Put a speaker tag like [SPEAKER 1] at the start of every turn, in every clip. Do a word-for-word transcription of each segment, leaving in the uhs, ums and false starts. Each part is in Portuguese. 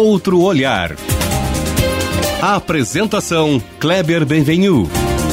[SPEAKER 1] outro olhar. A apresentação, Kleber Benvenu.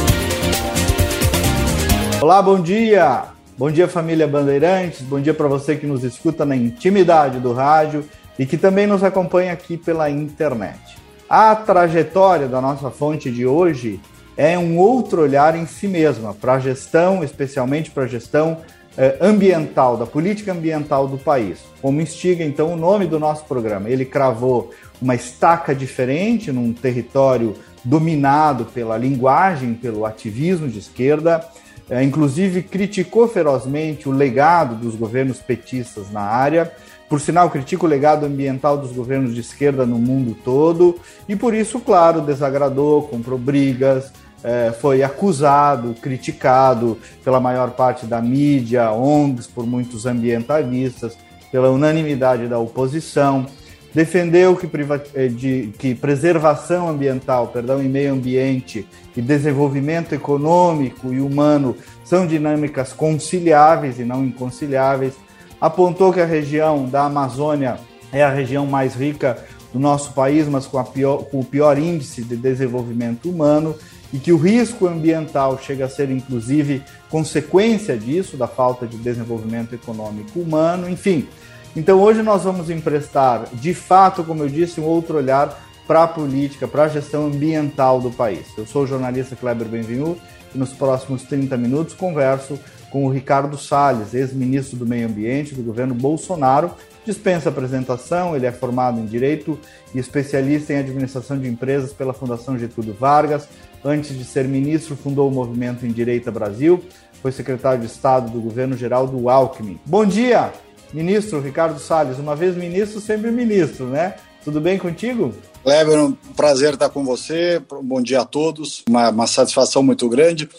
[SPEAKER 2] Olá, bom dia! Bom dia, família Bandeirantes, bom dia para você que nos escuta na intimidade do rádio e que também nos acompanha aqui pela internet. A trajetória da nossa fonte de hoje é um outro olhar em si mesma, para a gestão, especialmente para a gestão eh, ambiental, da política ambiental do país. Como instiga, então, o nome do nosso programa. Ele cravou uma estaca diferente num território dominado pela linguagem, pelo ativismo de esquerda, É, inclusive criticou ferozmente o legado dos governos petistas na área, por sinal critica o legado ambiental dos governos de esquerda no mundo todo, e por isso, claro, desagradou, comprou brigas, é, foi acusado, criticado pela maior parte da mídia, O N Gs, por muitos ambientalistas, pela unanimidade da oposição. Defendeu que, de, que preservação ambiental, perdão, e meio ambiente e desenvolvimento econômico e humano são dinâmicas conciliáveis e não inconciliáveis. Apontou que a região da Amazônia é a região mais rica do nosso país, mas com, a pior, com o pior índice de desenvolvimento humano, e que o risco ambiental chega a ser, inclusive, consequência disso, da falta de desenvolvimento econômico humano, enfim. Então, hoje nós vamos emprestar, de fato, como eu disse, um outro olhar para a política, para a gestão ambiental do país. Eu sou o jornalista Kleber Benvenu e nos próximos trinta minutos converso com o Ricardo Salles, ex-ministro do Meio Ambiente do governo Bolsonaro. Dispensa apresentação, ele é formado em Direito e especialista em Administração de Empresas pela Fundação Getúlio Vargas. Antes de ser ministro, fundou o Movimento em Direita Brasil, foi secretário de Estado do governo Geraldo Alckmin. Bom dia! Ministro Ricardo Salles, uma vez ministro, sempre ministro, né? Tudo bem contigo?
[SPEAKER 3] Kleber, um prazer estar com você, bom dia a todos, uma, uma satisfação muito grande.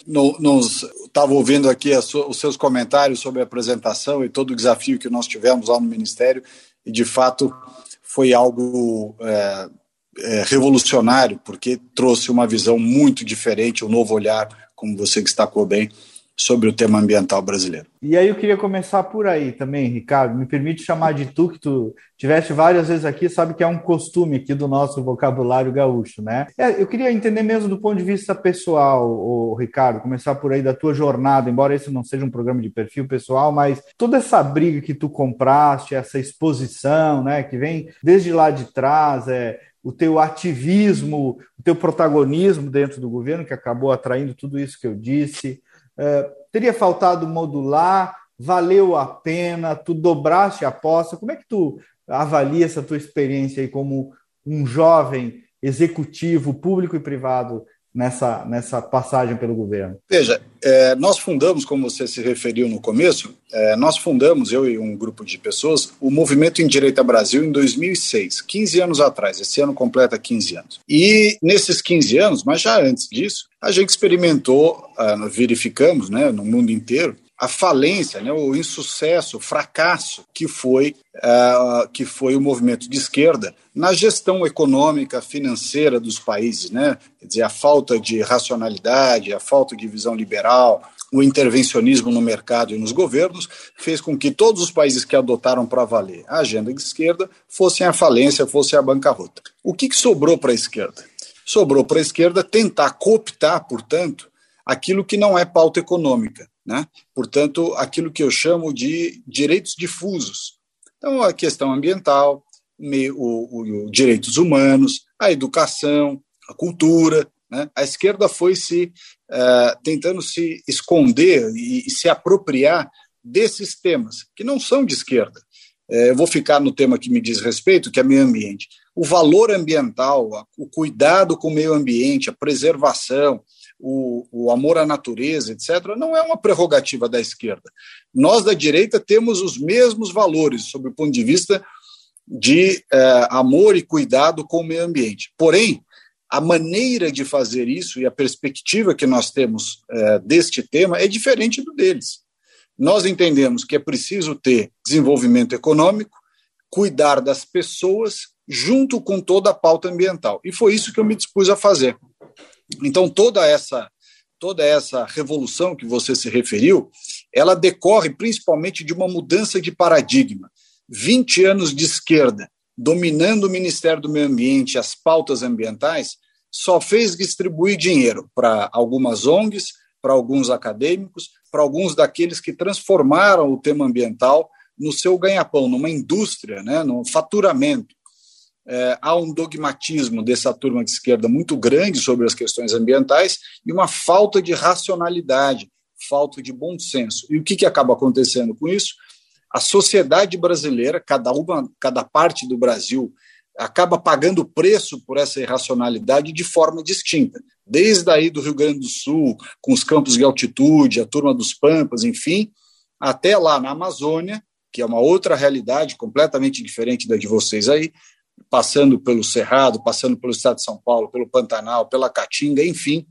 [SPEAKER 3] Estava ouvindo aqui a, os seus comentários sobre a apresentação e todo o desafio que nós tivemos lá no Ministério, e de fato foi algo é, é, revolucionário, porque trouxe uma visão muito diferente, um novo olhar, como você destacou bem, sobre o tema ambiental brasileiro.
[SPEAKER 2] E aí eu queria começar por aí também, Ricardo, me permite chamar de tu, que tu tiveste várias vezes aqui, sabe que é um costume aqui do nosso vocabulário gaúcho, né? É, eu queria entender mesmo do ponto de vista pessoal, ô, Ricardo, começar por aí da tua jornada, embora esse não seja um programa de perfil pessoal, mas toda essa briga que tu compraste, essa exposição, né, que vem desde lá de trás, é, o teu ativismo, o teu protagonismo dentro do governo, que acabou atraindo tudo isso que eu disse. Uh, teria faltado modular, valeu a pena, tu dobraste a aposta. Como é que tu avalia essa tua experiência aí como um jovem executivo, público e privado, nessa, nessa passagem pelo governo?
[SPEAKER 3] Veja, é, nós fundamos, como você se referiu no começo, é, nós fundamos, eu e um grupo de pessoas, o Movimento em Direita Brasil em dois mil e seis, quinze anos atrás, esse ano completa quinze anos. E nesses quinze anos, mas já antes disso, a gente experimentou, uh, verificamos, né, no mundo inteiro, a falência, né, o insucesso, o fracasso que foi, uh, que foi o movimento de esquerda na gestão econômica, financeira dos países, né? Quer dizer, a falta de racionalidade, a falta de visão liberal, o intervencionismo no mercado e nos governos fez com que todos os países que adotaram para valer a agenda de esquerda fossem à falência, fossem à bancarrota. O que, que sobrou para a esquerda? Sobrou para a esquerda tentar cooptar, portanto, aquilo que não é pauta econômica, né? Portanto, aquilo que eu chamo de direitos difusos. Então, a questão ambiental, os direitos humanos, a educação, a cultura, né? A esquerda foi se uh, tentando se esconder e, e se apropriar desses temas, que não são de esquerda. Uh, eu vou ficar no tema que me diz respeito, que é meio ambiente. O valor ambiental, o cuidado com o meio ambiente, a preservação, O, o amor à natureza, etcétera, não é uma prerrogativa da esquerda. Nós, da direita, temos os mesmos valores sob o ponto de vista de eh, amor e cuidado com o meio ambiente. Porém, a maneira de fazer isso e a perspectiva que nós temos eh, deste tema é diferente do deles. Nós entendemos que é preciso ter desenvolvimento econômico, cuidar das pessoas, junto com toda a pauta ambiental. E foi isso que eu me dispus a fazer. Então, toda essa, toda essa revolução que você se referiu, ela decorre principalmente de uma mudança de paradigma. vinte anos de esquerda, dominando o Ministério do Meio Ambiente e as pautas ambientais, só fez distribuir dinheiro para algumas O N Gs, para alguns acadêmicos, para alguns daqueles que transformaram o tema ambiental no seu ganha-pão, numa indústria, né, no faturamento. É, há um dogmatismo dessa turma de esquerda muito grande sobre as questões ambientais e uma falta de racionalidade, falta de bom senso. E o que, que acaba acontecendo com isso? A sociedade brasileira, cada uma, cada parte do Brasil, acaba pagando preço por essa irracionalidade de forma distinta. Desde aí do Rio Grande do Sul, com os campos de altitude, a turma dos Pampas, enfim, até lá na Amazônia, que é uma outra realidade completamente diferente da de vocês aí, passando pelo Cerrado, passando pelo estado de São Paulo, pelo Pantanal, pela Caatinga, enfim,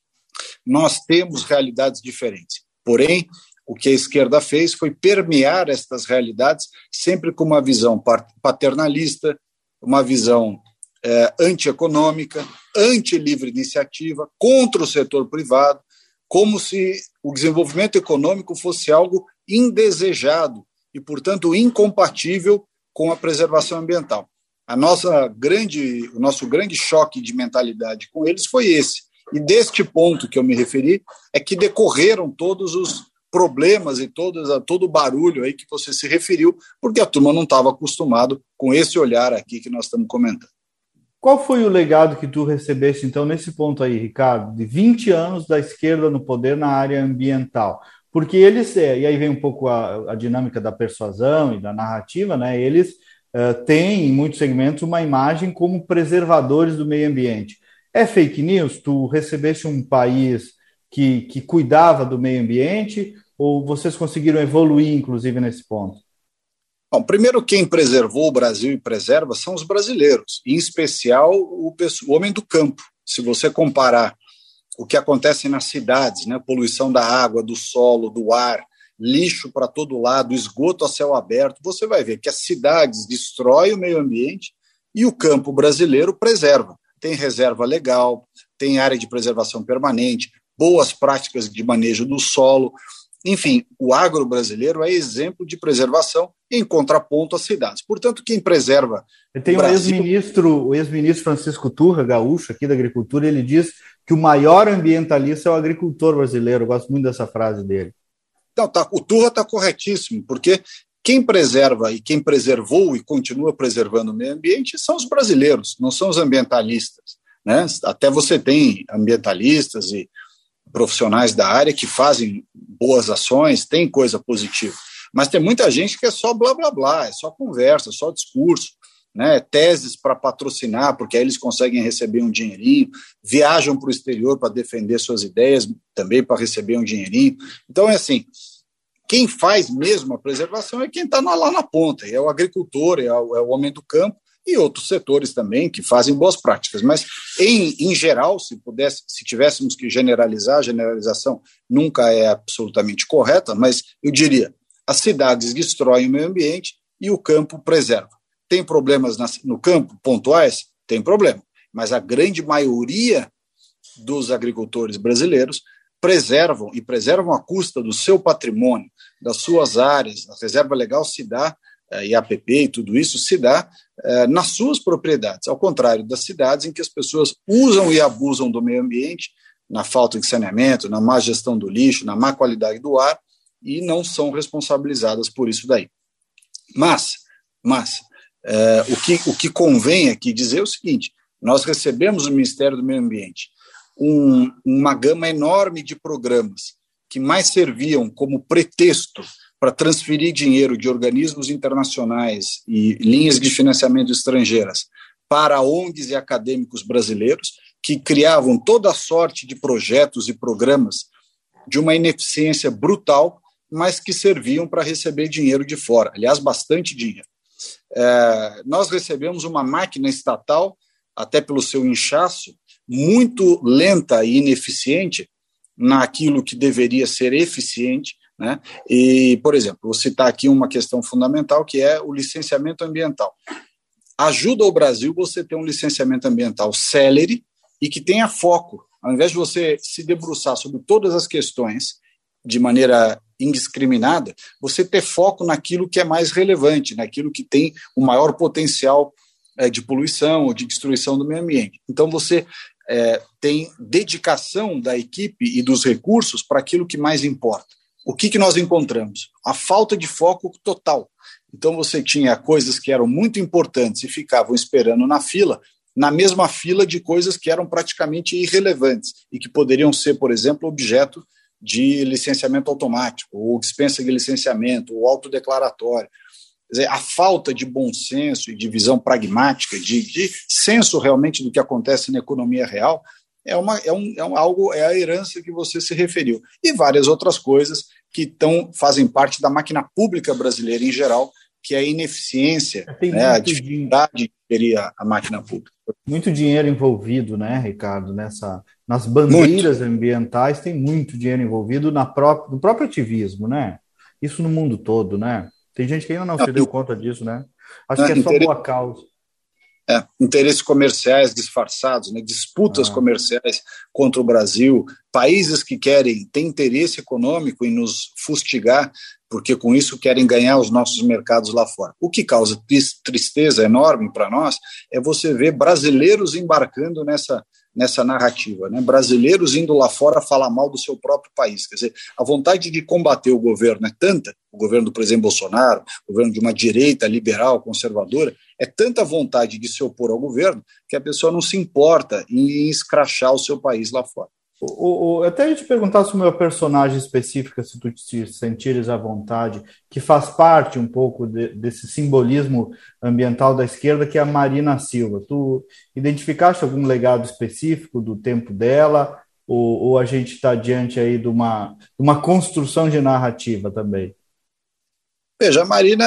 [SPEAKER 3] nós temos realidades diferentes. Porém, o que a esquerda fez foi permear estas realidades sempre com uma visão paternalista, uma visão é, antieconômica, anti-livre iniciativa, contra o setor privado, como se o desenvolvimento econômico fosse algo indesejado e, portanto, incompatível com a preservação ambiental. A nossa grande, o nosso grande choque de mentalidade com eles foi esse. E deste ponto que eu me referi é que decorreram todos os problemas e todos, todo o barulho aí que você se referiu, porque a turma não estava acostumado com esse olhar aqui que nós estamos comentando.
[SPEAKER 2] Qual foi o legado que tu recebeste, então, nesse ponto aí, Ricardo, de vinte anos da esquerda no poder na área ambiental? Porque eles, e aí vem um pouco a, a dinâmica da persuasão e da narrativa, né? Eles Uh, tem, em muitos segmentos, uma imagem como preservadores do meio ambiente. É fake news? Tu recebeste um país que, que cuidava do meio ambiente ou vocês conseguiram evoluir, inclusive, nesse ponto?
[SPEAKER 3] Bom, primeiro, quem preservou o Brasil e preserva são os brasileiros, em especial o, o homem do campo. Se você comparar o que acontece nas cidades, né, poluição da água, do solo, do ar, lixo para todo lado, esgoto a céu aberto, você vai ver que as cidades destroem o meio ambiente e o campo brasileiro preserva. Tem reserva legal, tem área de preservação permanente, boas práticas de manejo do solo. Enfim, o agro brasileiro é exemplo de preservação em contraponto às cidades. Portanto, quem preserva
[SPEAKER 2] Tem o
[SPEAKER 3] Brasil...
[SPEAKER 2] ex-ministro, o ex-ministro Francisco Turra, gaúcho, aqui da agricultura, ele diz que o maior ambientalista é o agricultor brasileiro. Eu gosto muito dessa frase dele.
[SPEAKER 3] Então, tá, o Turra está corretíssimo, porque quem preserva e quem preservou e continua preservando o meio ambiente são os brasileiros, não são os ambientalistas, né? Até você tem ambientalistas e profissionais da área que fazem boas ações, tem coisa positiva, mas tem muita gente que é só blá, blá, blá, é só conversa, só discurso, né? Teses para patrocinar, porque aí eles conseguem receber um dinheirinho, viajam para o exterior para defender suas ideias, também para receber um dinheirinho. Então, é assim, quem faz mesmo a preservação é quem está lá na ponta, é o agricultor, é o, é o homem do campo e outros setores também que fazem boas práticas. Mas, em, em geral, se pudesse, se tivéssemos que generalizar, a generalização nunca é absolutamente correta, mas eu diria, as cidades destroem o meio ambiente e o campo preserva. Tem problemas no campo pontuais? Tem problema, mas a grande maioria dos agricultores brasileiros preservam e preservam à custa do seu patrimônio, das suas áreas. A reserva legal se dá, e a APP e tudo isso se dá nas suas propriedades, ao contrário das cidades em que as pessoas usam e abusam do meio ambiente, na falta de saneamento, na má gestão do lixo, na má qualidade do ar, e não são responsabilizadas por isso daí. Mas, mas É, o, que, o que convém aqui dizer é o seguinte: nós recebemos do Ministério do Meio Ambiente um, uma gama enorme de programas que mais serviam como pretexto para transferir dinheiro de organismos internacionais e linhas de financiamento estrangeiras para O N Gs e acadêmicos brasileiros, que criavam toda sorte de projetos e programas de uma ineficiência brutal, mas que serviam para receber dinheiro de fora, aliás, bastante dinheiro. É, nós recebemos uma máquina estatal, até pelo seu inchaço, muito lenta e ineficiente naquilo que deveria ser eficiente, né? E, por exemplo, vou citar aqui uma questão fundamental, que é o licenciamento ambiental. Ajuda o Brasil você ter um licenciamento ambiental célere e que tenha foco, ao invés de você se debruçar sobre todas as questões de maneira indiscriminada, você ter foco naquilo que é mais relevante, naquilo que tem o maior potencial é, de poluição ou de destruição do meio ambiente. Então, você é, tem dedicação da equipe e dos recursos para aquilo que mais importa. O que, que nós encontramos? A falta de foco total. Então, você tinha coisas que eram muito importantes e ficavam esperando na fila, na mesma fila de coisas que eram praticamente irrelevantes e que poderiam ser, por exemplo, objeto de licenciamento automático, ou dispensa de licenciamento, ou autodeclaratório. Quer dizer, a falta de bom senso e de visão pragmática, de, de senso realmente do que acontece na economia real, é, uma, é, um, é um, algo, é a herança que você se referiu. E várias outras coisas que tão, fazem parte da máquina pública brasileira em geral, que é a ineficiência, né, a dificuldade de gerir a, a máquina pública.
[SPEAKER 2] Muito dinheiro envolvido, né, Ricardo, nessa, nas bandeiras muito. ambientais tem muito dinheiro envolvido na própria, no próprio ativismo, né? Isso no mundo todo, né? Tem gente que ainda não, não se deu conta disso, né? Acho não, que é só boa causa.
[SPEAKER 3] É, interesses comerciais disfarçados, né, disputas ah. comerciais contra o Brasil, países que querem, têm interesse econômico em nos fustigar, porque com isso querem ganhar os nossos mercados lá fora. O que causa tristeza enorme para nós é você ver brasileiros embarcando nessa, nessa narrativa, né? Brasileiros indo lá fora falar mal do seu próprio país. Quer dizer, a vontade de combater o governo é tanta, o governo do presidente Bolsonaro, o governo de uma direita liberal, conservadora, é tanta vontade de se opor ao governo que a pessoa não se importa em escrachar o seu país lá fora.
[SPEAKER 2] O, o, até a gente perguntar sobre o meu personagem específico, se tu te sentires à vontade, que faz parte um pouco de, desse simbolismo ambiental da esquerda, que é a Marina Silva. Tu identificaste algum legado específico do tempo dela, ou, ou a gente está diante aí de uma, de uma construção de narrativa também?
[SPEAKER 3] Veja, a Marina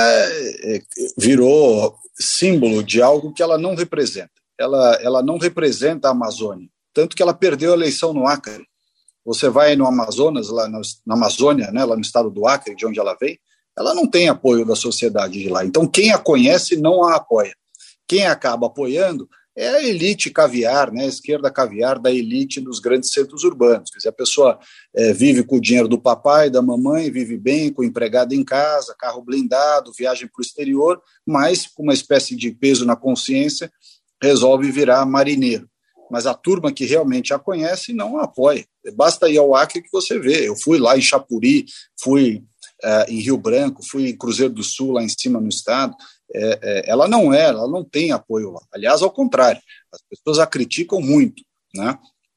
[SPEAKER 3] virou símbolo de algo que ela não representa. Ela, ela não representa a Amazônia. Tanto que ela perdeu a eleição no Acre. Você vai no Amazonas, lá no, na Amazônia, né, lá no estado do Acre, de onde ela vem, ela não tem apoio da sociedade de lá. Então, quem a conhece não a apoia. Quem acaba apoiando é a elite caviar, né, a esquerda caviar da elite dos grandes centros urbanos. Quer dizer, a pessoa é, vive com o dinheiro do papai, da mamãe, vive bem, com empregado em casa, carro blindado, viagem para o exterior, mas com uma espécie de peso na consciência, resolve virar marineiro. Mas a turma que realmente a conhece não a apoia. Basta ir ao Acre que você vê. Eu fui lá em Chapuri, fui uh, em Rio Branco, fui em Cruzeiro do Sul, lá em cima no estado. É, é, ela não é, ela não tem apoio lá. Aliás, ao contrário, as pessoas a criticam muito, né?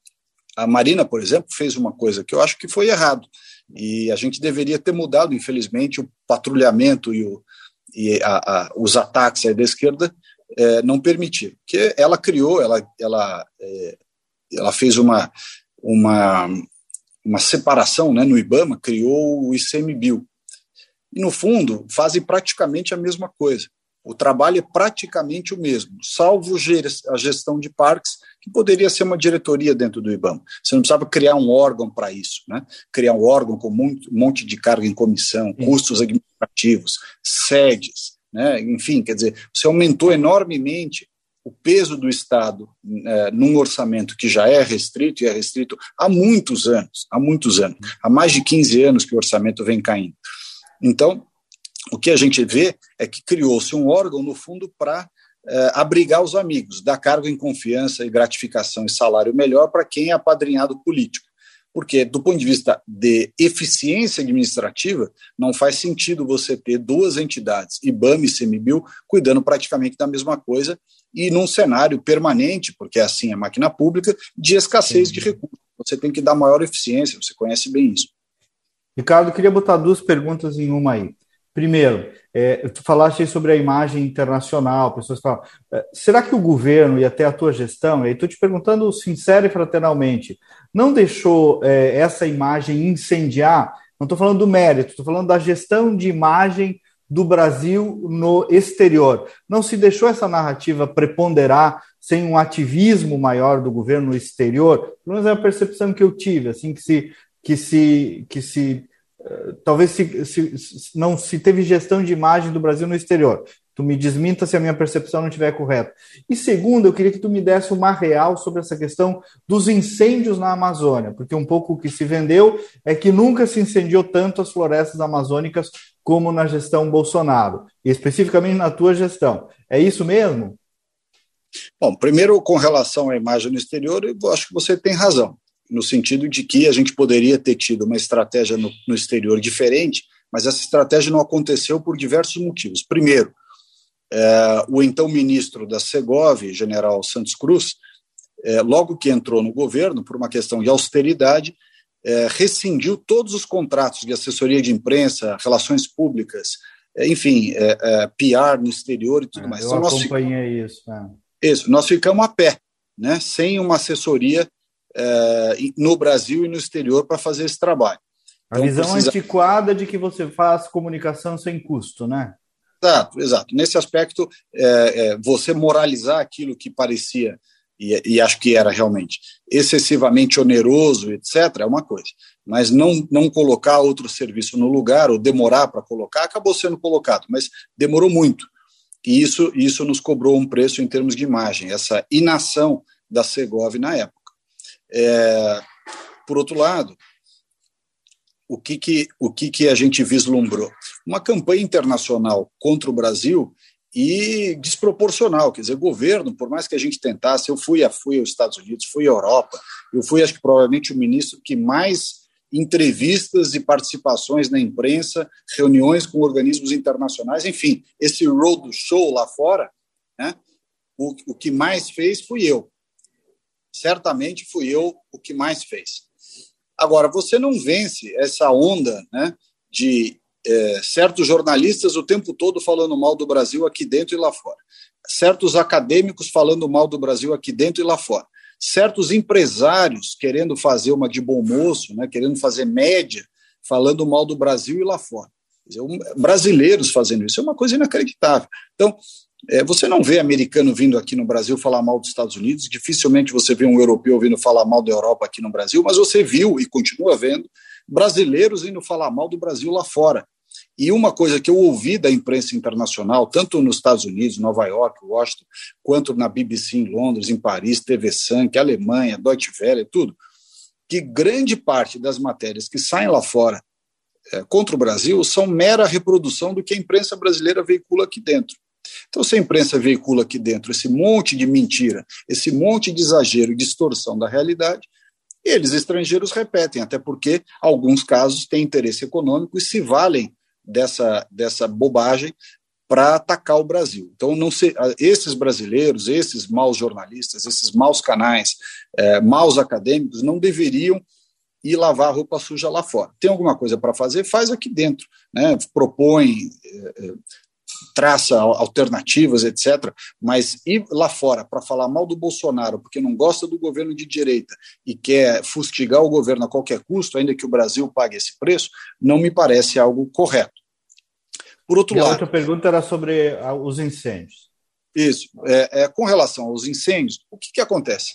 [SPEAKER 3] A Marina, por exemplo, fez uma coisa que eu acho que foi errado. E a gente deveria ter mudado, infelizmente, o patrulhamento e, o, e a, a, os ataques aí da esquerda É, não permitir, porque ela criou, ela, ela, é, ela fez uma, uma, uma separação, né, no IBAMA, criou o ICMBio, e no fundo fazem praticamente a mesma coisa, o trabalho é praticamente o mesmo, salvo a gestão de parques, que poderia ser uma diretoria dentro do IBAMA, você não precisava criar um órgão para isso, né? Criar um órgão com um monte de carga em comissão, custos administrativos, sedes, né? Enfim, quer dizer, você aumentou enormemente o peso do Estado é, num orçamento que já é restrito, e é restrito há muitos anos, há muitos anos, há mais de quinze anos que o orçamento vem caindo. Então, o que a gente vê é que criou-se um órgão, no fundo, para é, abrigar os amigos, dar cargo em confiança e gratificação e salário melhor para quem é apadrinhado político. Porque, do ponto de vista de eficiência administrativa, não faz sentido você ter duas entidades, IBAMA e ICMBio, cuidando praticamente da mesma coisa e num cenário permanente, porque assim é a máquina pública, de escassez Sim. de recursos. Você tem que dar maior eficiência, você conhece bem isso.
[SPEAKER 2] Ricardo, eu queria botar duas perguntas em uma aí. Primeiro, é, tu falaste sobre a imagem internacional, pessoas falam, é, será que o governo e até a tua gestão, e estou te perguntando sincero e fraternalmente, não deixou é, essa imagem incendiar? Não estou falando do mérito, estou falando da gestão de imagem do Brasil no exterior. Não se deixou essa narrativa preponderar sem um ativismo maior do governo no exterior? Pelo menos é a percepção que eu tive, assim, que se... Que se, que se talvez se, se, não se teve gestão de imagem do Brasil no exterior. Tu me desminta se a minha percepção não estiver correta. E segundo, eu queria que tu me desse uma real sobre essa questão dos incêndios na Amazônia, porque um pouco o que se vendeu é que nunca se incendiou tanto as florestas amazônicas como na gestão Bolsonaro, e especificamente na tua gestão. É isso mesmo?
[SPEAKER 3] Bom, primeiro, com relação à imagem no exterior, eu acho que você tem razão, no sentido de que a gente poderia ter tido uma estratégia no, no exterior diferente, mas essa estratégia não aconteceu por diversos motivos. Primeiro, É, o então ministro da Segov, general Santos Cruz, é, logo que entrou no governo, por uma questão de austeridade, é, rescindiu todos os contratos de assessoria de imprensa, relações públicas, é, enfim, é, é, P R no exterior e tudo
[SPEAKER 2] é,
[SPEAKER 3] mais.
[SPEAKER 2] Eu
[SPEAKER 3] então,
[SPEAKER 2] acompanhei
[SPEAKER 3] nós,
[SPEAKER 2] isso. É.
[SPEAKER 3] Isso, nós ficamos a pé, né, sem uma assessoria é, no Brasil e no exterior para fazer esse trabalho.
[SPEAKER 2] A
[SPEAKER 3] Então,
[SPEAKER 2] visão
[SPEAKER 3] precisa...
[SPEAKER 2] antiquada de que você faz comunicação sem custo, né?
[SPEAKER 3] Exato, exato. Nesse aspecto, é, é, você moralizar aquilo que parecia, e, e acho que era realmente, excessivamente oneroso, etcétera, é uma coisa. Mas não, não colocar outro serviço no lugar, ou demorar para colocar, acabou sendo colocado, mas demorou muito. E isso, isso nos cobrou um preço em termos de imagem, essa inação da Segov na época. É, por outro lado, O que, que, o que, que a gente vislumbrou? Uma campanha internacional contra o Brasil e desproporcional, quer dizer, governo, por mais que a gente tentasse, eu fui, a, fui aos Estados Unidos, fui à Europa, eu fui, acho que provavelmente, o ministro que mais entrevistas e participações na imprensa, reuniões com organismos internacionais, enfim, esse roadshow lá fora, né, o, o que mais fez fui eu. Certamente fui eu o que mais fez. Agora, você não vence essa onda, né, de é, certos jornalistas o tempo todo falando mal do Brasil aqui dentro e lá fora, certos acadêmicos falando mal do Brasil aqui dentro e lá fora, certos empresários querendo fazer uma de bom moço, né, querendo fazer média, falando mal do Brasil e lá fora. Quer dizer, um, brasileiros fazendo isso é uma coisa inacreditável. Então, É, você não vê americano vindo aqui no Brasil falar mal dos Estados Unidos, dificilmente você vê um europeu vindo falar mal da Europa aqui no Brasil, mas você viu e continua vendo brasileiros indo falar mal do Brasil lá fora. E uma coisa que eu ouvi da imprensa internacional, tanto nos Estados Unidos, Nova York, Washington, quanto na B B C em Londres, em Paris, T V Sank, Alemanha, Deutsche Welle, tudo, que grande parte das matérias que saem lá fora é, contra o Brasil são mera reprodução do que a imprensa brasileira veicula aqui dentro. Então, se a imprensa veicula aqui dentro esse monte de mentira, esse monte de exagero e distorção da realidade, eles, estrangeiros, repetem, até porque alguns casos têm interesse econômico e se valem dessa, dessa bobagem para atacar o Brasil. Então, não se, esses brasileiros, esses maus jornalistas, esses maus canais, é, maus acadêmicos, não deveriam ir lavar a roupa suja lá fora. Tem alguma coisa para fazer? Faz aqui dentro, né? Propõe... É, traça alternativas, etcétera, mas ir lá fora para falar mal do Bolsonaro porque não gosta do governo de direita e quer fustigar o governo a qualquer custo, ainda que o Brasil pague esse preço, não me parece algo correto. Por outro
[SPEAKER 2] e
[SPEAKER 3] lado...
[SPEAKER 2] A outra pergunta era sobre os incêndios.
[SPEAKER 3] Isso. É, é, com relação aos incêndios, o que, que acontece?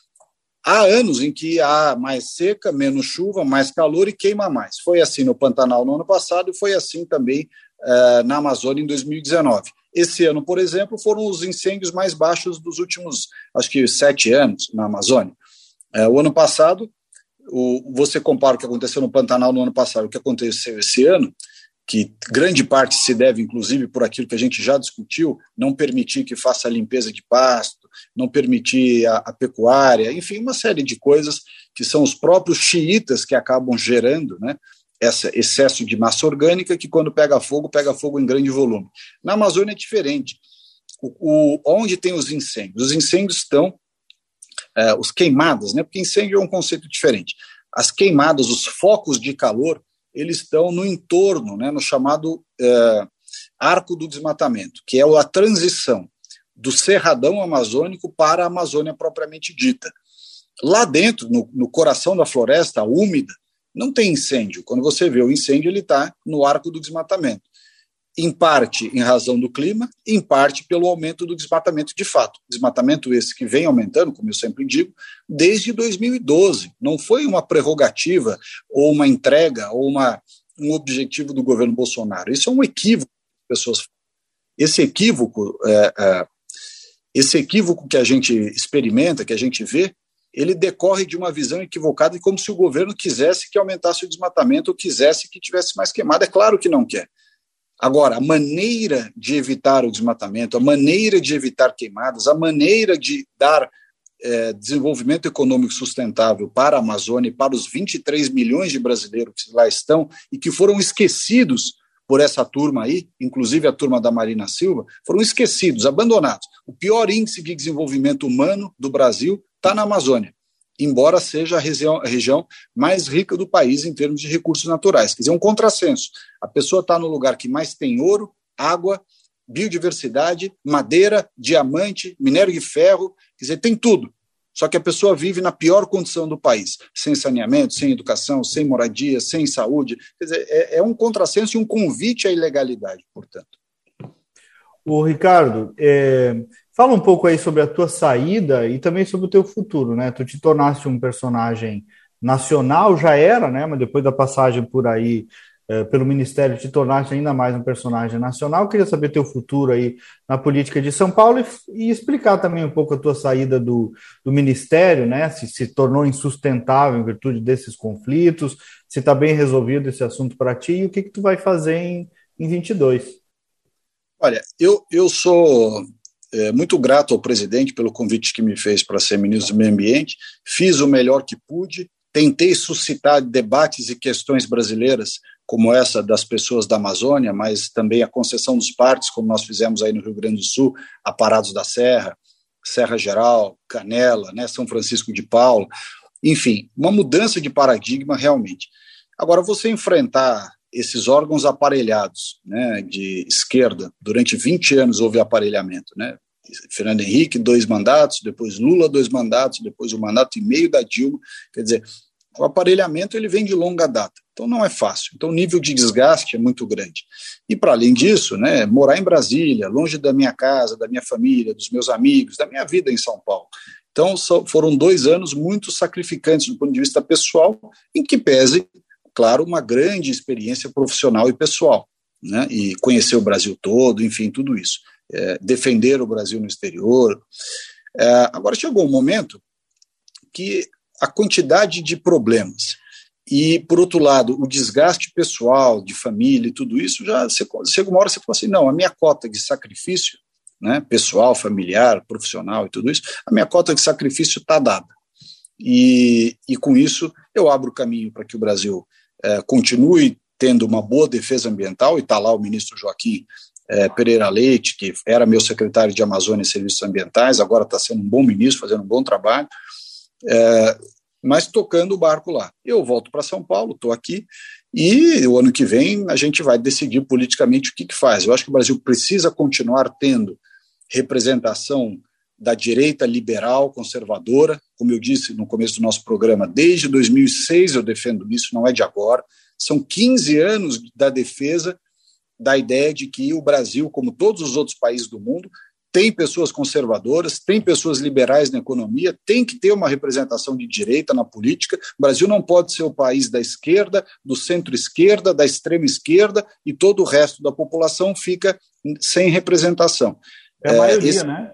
[SPEAKER 3] Há anos em que há mais seca, menos chuva, mais calor e queima mais. Foi assim no Pantanal no ano passado e foi assim também Uh, na Amazônia em dois mil e dezenove. Esse ano, por exemplo, foram os incêndios mais baixos dos últimos, acho que, sete anos na Amazônia. Uh, o ano passado, o, você compara o que aconteceu no Pantanal no ano passado, o que aconteceu esse ano, que grande parte se deve, inclusive, por aquilo que a gente já discutiu, não permitir que faça a limpeza de pasto, não permitir a, a pecuária, enfim, uma série de coisas que são os próprios xiitas que acabam gerando, né, esse excesso de massa orgânica que, quando pega fogo, pega fogo em grande volume. Na Amazônia é diferente. O, o, onde tem os incêndios? Os incêndios estão, é, os queimadas, né? Porque incêndio é um conceito diferente. As queimadas, os focos de calor, eles estão no entorno, né, no chamado é, arco do desmatamento, que é a transição do cerradão amazônico para a Amazônia propriamente dita. Lá dentro, no, no coração da floresta úmida, não tem incêndio. Quando você vê o incêndio, ele está no arco do desmatamento. Em parte em razão do clima, em parte pelo aumento do desmatamento de fato. Desmatamento esse que vem aumentando, como eu sempre digo, desde dois mil e doze. Não foi uma prerrogativa ou uma entrega ou uma, um objetivo do governo Bolsonaro. Isso é um equívoco que as pessoas falam. esse equívoco, é, é, esse equívoco que a gente experimenta, que a gente vê, ele decorre de uma visão equivocada e como se o governo quisesse que aumentasse o desmatamento ou quisesse que tivesse mais queimado. É claro que não quer. Agora, a maneira de evitar o desmatamento, a maneira de evitar queimadas, a maneira de dar é, desenvolvimento econômico sustentável para a Amazônia e para os vinte e três milhões de brasileiros que lá estão e que foram esquecidos por essa turma aí, inclusive a turma da Marina Silva, foram esquecidos, abandonados. O pior índice de desenvolvimento humano do Brasil está na Amazônia, embora seja a região, a região mais rica do país em termos de recursos naturais. Quer dizer, um contrassenso. A pessoa está no lugar que mais tem ouro, água, biodiversidade, madeira, diamante, minério de ferro, quer dizer, tem tudo. Só que a pessoa vive na pior condição do país, sem saneamento, sem educação, sem moradia, sem saúde. Quer dizer, é, é um contrassenso e um convite à ilegalidade, portanto.
[SPEAKER 2] Ô, Ricardo, é, fala um pouco aí sobre a tua saída e também sobre o teu futuro, né? Tu te tornaste um personagem nacional, já era, né? Mas depois da passagem por aí, é, pelo Ministério, te tornaste ainda mais um personagem nacional. Eu queria saber teu futuro aí na política de São Paulo e, e explicar também um pouco a tua saída do, do Ministério, né? Se se tornou insustentável em virtude desses conflitos, se está bem resolvido esse assunto para ti e o que, que tu vai fazer em, em vinte e dois.
[SPEAKER 3] Olha, eu, eu sou é, muito grato ao presidente pelo convite que me fez para ser ministro do Meio Ambiente, fiz o melhor que pude, tentei suscitar debates e questões brasileiras como essa das pessoas da Amazônia, mas também a concessão dos parques, como nós fizemos aí no Rio Grande do Sul, Aparados da Serra, Serra Geral, Canela, né, São Francisco de Paula, enfim, uma mudança de paradigma realmente. Agora, você enfrentar esses órgãos aparelhados, né, de esquerda, durante vinte anos houve aparelhamento, né? Fernando Henrique, dois mandatos, depois Lula, dois mandatos, depois o mandato e meio da Dilma, quer dizer, o aparelhamento ele vem de longa data, então não é fácil, então o nível de desgaste é muito grande. E para além disso, né, morar em Brasília, longe da minha casa, da minha família, dos meus amigos, da minha vida em São Paulo. Então foram dois anos muito sacrificantes do ponto de vista pessoal, em que pese, claro, uma grande experiência profissional e pessoal, né, e conhecer o Brasil todo, enfim, tudo isso. É, defender o Brasil no exterior. É, agora chegou um momento que a quantidade de problemas e, por outro lado, o desgaste pessoal, de família e tudo isso, já chega uma hora você fala assim, não, a minha cota de sacrifício, né, pessoal, familiar, profissional e tudo isso, a minha cota de sacrifício está dada. E, e com isso eu abro o caminho para que o Brasil é, continue tendo uma boa defesa ambiental, e está lá o ministro Joaquim é, Pereira Leite, que era meu secretário de Amazônia e Serviços Ambientais, agora está sendo um bom ministro, fazendo um bom trabalho, é, mas tocando o barco lá. Eu volto para São Paulo, estou aqui, e o ano que vem a gente vai decidir politicamente o que, que faz. Eu acho que o Brasil precisa continuar tendo representação da direita liberal, conservadora, como eu disse no começo do nosso programa, desde dois mil e seis eu defendo isso, não é de agora, são quinze anos da defesa da ideia de que o Brasil, como todos os outros países do mundo, tem pessoas conservadoras, tem pessoas liberais na economia, tem que ter uma representação de direita na política. O Brasil não pode ser o país da esquerda, do centro-esquerda, da extrema-esquerda, e todo o resto da população fica sem representação.
[SPEAKER 2] É a maioria,
[SPEAKER 3] Esse,
[SPEAKER 2] né?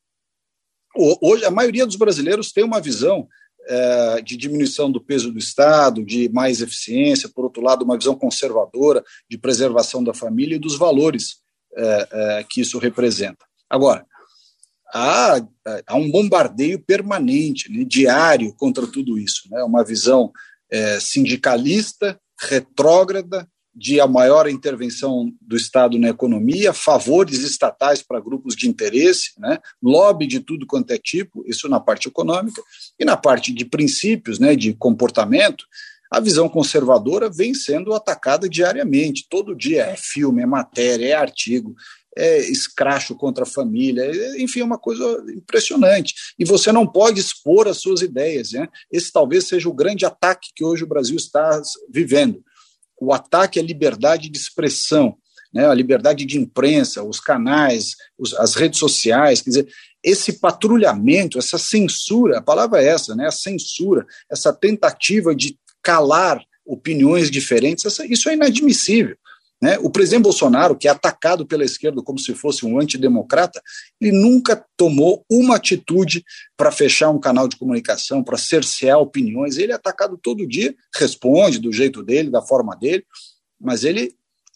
[SPEAKER 3] Hoje, a maioria dos brasileiros tem uma visão é, de diminuição do peso do Estado, de mais eficiência, por outro lado, uma visão conservadora de preservação da família e dos valores é, é, que isso representa. Agora, há, há um bombardeio permanente, né, diário contra tudo isso, né, uma visão é, sindicalista, retrógrada, de a maior intervenção do Estado na economia, favores estatais para grupos de interesse, né, lobby de tudo quanto é tipo, isso na parte econômica, e na parte de princípios, né, de comportamento, a visão conservadora vem sendo atacada diariamente, todo dia é filme, é matéria, é artigo, é escracho contra a família, é, enfim, é uma coisa impressionante. E você não pode expor as suas ideias, né? Esse talvez seja o grande ataque que hoje o Brasil está vivendo. O ataque à liberdade de expressão, né? A liberdade de imprensa, os canais, os, as redes sociais, quer dizer, esse patrulhamento, essa censura, a palavra é essa, né? A censura, essa tentativa de calar opiniões diferentes, essa, isso é inadmissível. Né? O presidente Bolsonaro, que é atacado pela esquerda como se fosse um antidemocrata, ele nunca tomou uma atitude para fechar um canal de comunicação, para cercear opiniões. Ele é atacado todo dia, responde do jeito dele, da forma dele, mas ele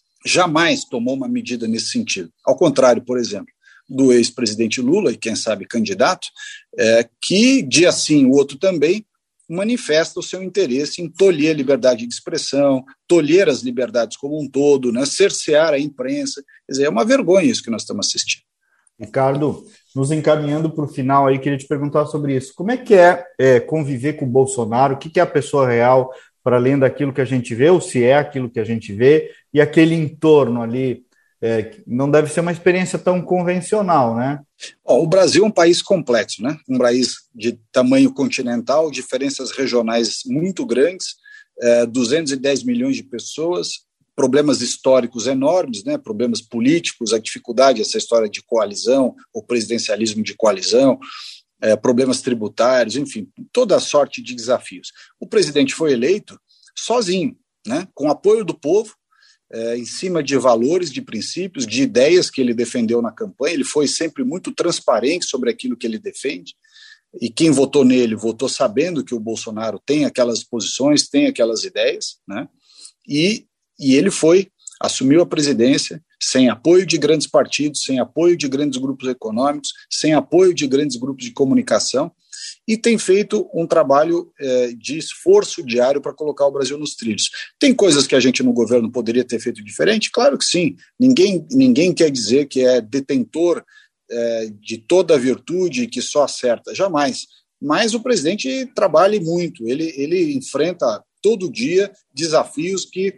[SPEAKER 3] jamais tomou uma medida nesse sentido. Ao contrário, por exemplo, do ex-presidente Lula, e quem sabe candidato, é, que dia sim, o outro também, manifesta o seu interesse em tolher a liberdade de expressão, tolher as liberdades como um todo, né, cercear a imprensa. Quer dizer, é uma vergonha isso que nós estamos assistindo.
[SPEAKER 2] Ricardo, nos encaminhando para o final aí, queria te perguntar sobre isso. Como é que é, é conviver com o Bolsonaro? O que, que é a pessoa real, para além daquilo que a gente vê, ou se é aquilo que a gente vê, e aquele entorno ali? É, não deve ser uma experiência tão convencional, né?
[SPEAKER 3] Ó, o Brasil é um país complexo, né? Um país de tamanho continental, diferenças regionais muito grandes, é, duzentos e dez milhões de pessoas, problemas históricos enormes, né? Problemas políticos, a dificuldade, essa história de coalizão, o presidencialismo de coalizão, é, problemas tributários, enfim, toda a sorte de desafios. O presidente foi eleito sozinho, né? Com apoio do povo, É, em cima de valores, de princípios, de ideias que ele defendeu na campanha. Ele foi sempre muito transparente sobre aquilo que ele defende, e quem votou nele votou sabendo que o Bolsonaro tem aquelas posições, tem aquelas ideias, né? e, e ele foi, assumiu a presidência sem apoio de grandes partidos, sem apoio de grandes grupos econômicos, sem apoio de grandes grupos de comunicação, e tem feito um trabalho é, de esforço diário para colocar o Brasil nos trilhos. Tem coisas que a gente no governo poderia ter feito diferente? Claro que sim. Ninguém, ninguém quer dizer que é detentor é, de toda a virtude que só acerta, jamais. Mas o presidente trabalha muito, ele, ele enfrenta todo dia desafios que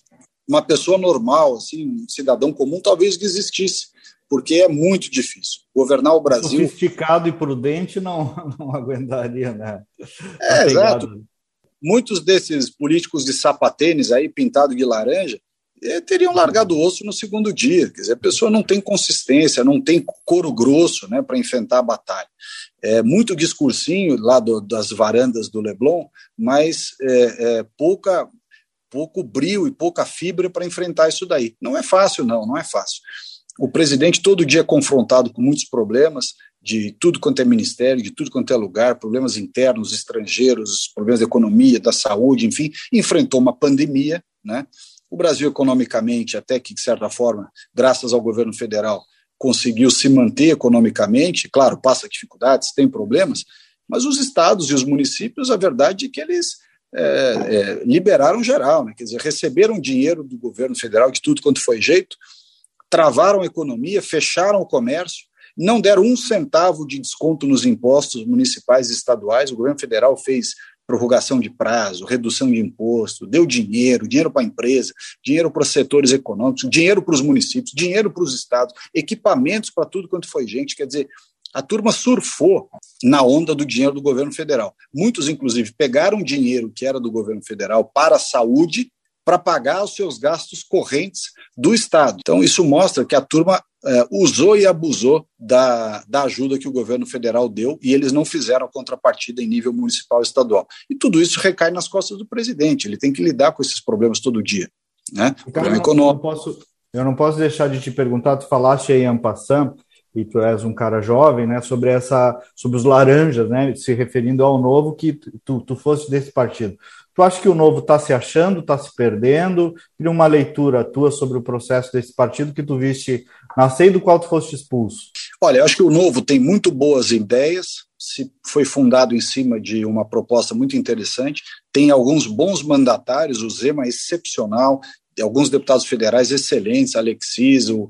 [SPEAKER 3] uma pessoa normal, assim, um cidadão comum, talvez desistisse, porque é muito difícil. Governar o Brasil...
[SPEAKER 2] Sofisticado e prudente não, não aguentaria, né?
[SPEAKER 3] É, exato. Muitos desses políticos de sapatênis aí, pintado de laranja, teriam largado o osso no segundo dia. Quer dizer, a pessoa não tem consistência, não tem couro grosso, né, para enfrentar a batalha. É muito discursinho lá do, das varandas do Leblon, mas é, é, pouca, pouco brio e pouca fibra para enfrentar isso daí. Não é fácil, não, não é fácil. O presidente todo dia é confrontado com muitos problemas, de tudo quanto é ministério, de tudo quanto é lugar, problemas internos, estrangeiros, problemas da economia, da saúde, enfim, enfrentou uma pandemia, né? O Brasil, economicamente, até que, de certa forma, graças ao governo federal, conseguiu se manter economicamente. Claro, passa dificuldades, tem problemas, mas os estados e os municípios, a verdade é que eles é, é, liberaram geral, né? Quer dizer, receberam dinheiro do governo federal de tudo quanto foi jeito, travaram a economia, fecharam o comércio, não deram um centavo de desconto nos impostos municipais e estaduais. O governo federal fez prorrogação de prazo, redução de imposto, deu dinheiro, dinheiro para a empresa, dinheiro para os setores econômicos, dinheiro para os municípios, dinheiro para os estados, equipamentos para tudo quanto foi gente. Quer dizer, a turma surfou na onda do dinheiro do governo federal. Muitos, inclusive, pegaram dinheiro que era do governo federal para a saúde, para pagar os seus gastos correntes do Estado. Então, isso mostra que a turma é, usou e abusou da, da ajuda que o governo federal deu, e eles não fizeram a contrapartida em nível municipal e estadual. E tudo isso recai nas costas do presidente. Ele tem que lidar com esses problemas todo dia, né? O problema econômico.
[SPEAKER 2] Eu não posso, eu não posso deixar de te perguntar, tu falaste aí en passant, e tu és um cara jovem, né, sobre, essa, sobre os laranjas, né, se referindo ao Novo, que tu, tu fosse desse partido. Tu acha que o Novo está se achando, está se perdendo? Queria uma leitura tua sobre o processo desse partido que tu viste nascer e do qual tu foste expulso.
[SPEAKER 3] Olha, eu acho que o Novo tem muito boas ideias, se foi fundado em cima de uma proposta muito interessante, tem alguns bons mandatários, o Zema é excepcional, alguns deputados federais excelentes, Alexis, o,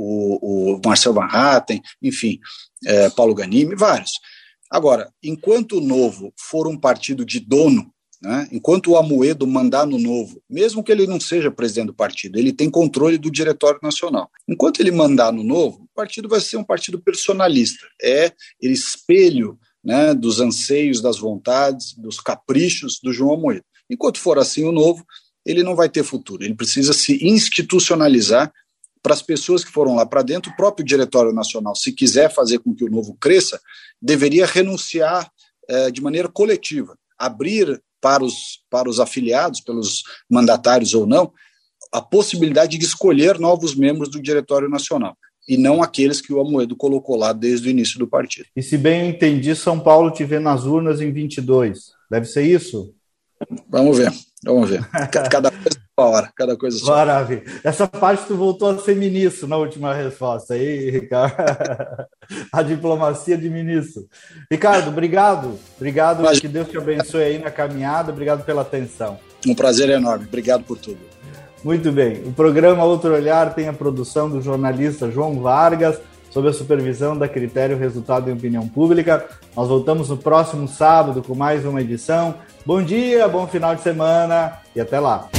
[SPEAKER 3] o, o Marcel Van Hatten, enfim, é, Paulo Ganimi, vários. Agora, enquanto o Novo for um partido de dono, né, enquanto o Amoedo mandar no Novo, mesmo que ele não seja presidente do partido, ele tem controle do Diretório Nacional. Enquanto ele mandar no Novo, o partido vai ser um partido personalista, é ele espelho, né, dos anseios, das vontades, dos caprichos do João Amoedo. Enquanto for assim o Novo, ele não vai ter futuro, ele precisa se institucionalizar para as pessoas que foram lá para dentro. O próprio Diretório Nacional, se quiser fazer com que o Novo cresça, deveria renunciar eh, de maneira coletiva, abrir para os, para os afiliados, pelos mandatários ou não, a possibilidade de escolher novos membros do Diretório Nacional, e não aqueles que o Amoedo colocou lá desde o início do partido.
[SPEAKER 2] E se bem eu entendi, São Paulo te vê nas urnas em vinte e dois. Deve ser isso?
[SPEAKER 3] Vamos ver, vamos ver. Cada coisa sua hora, cada coisa sua.
[SPEAKER 2] Maravilha. Essa parte tu voltou a ser ministro na última resposta. Aí, Ricardo. A diplomacia de ministro. Ricardo, obrigado. Obrigado, Mas... que Deus te abençoe aí na caminhada. Obrigado pela atenção.
[SPEAKER 3] Um prazer enorme. Obrigado por tudo.
[SPEAKER 2] Muito bem. O programa Outro Olhar tem a produção do jornalista João Vargas, sob a supervisão da Critério Resultado e Opinião Pública. Nós voltamos no próximo sábado com mais uma edição. Bom dia, bom final de semana e até lá.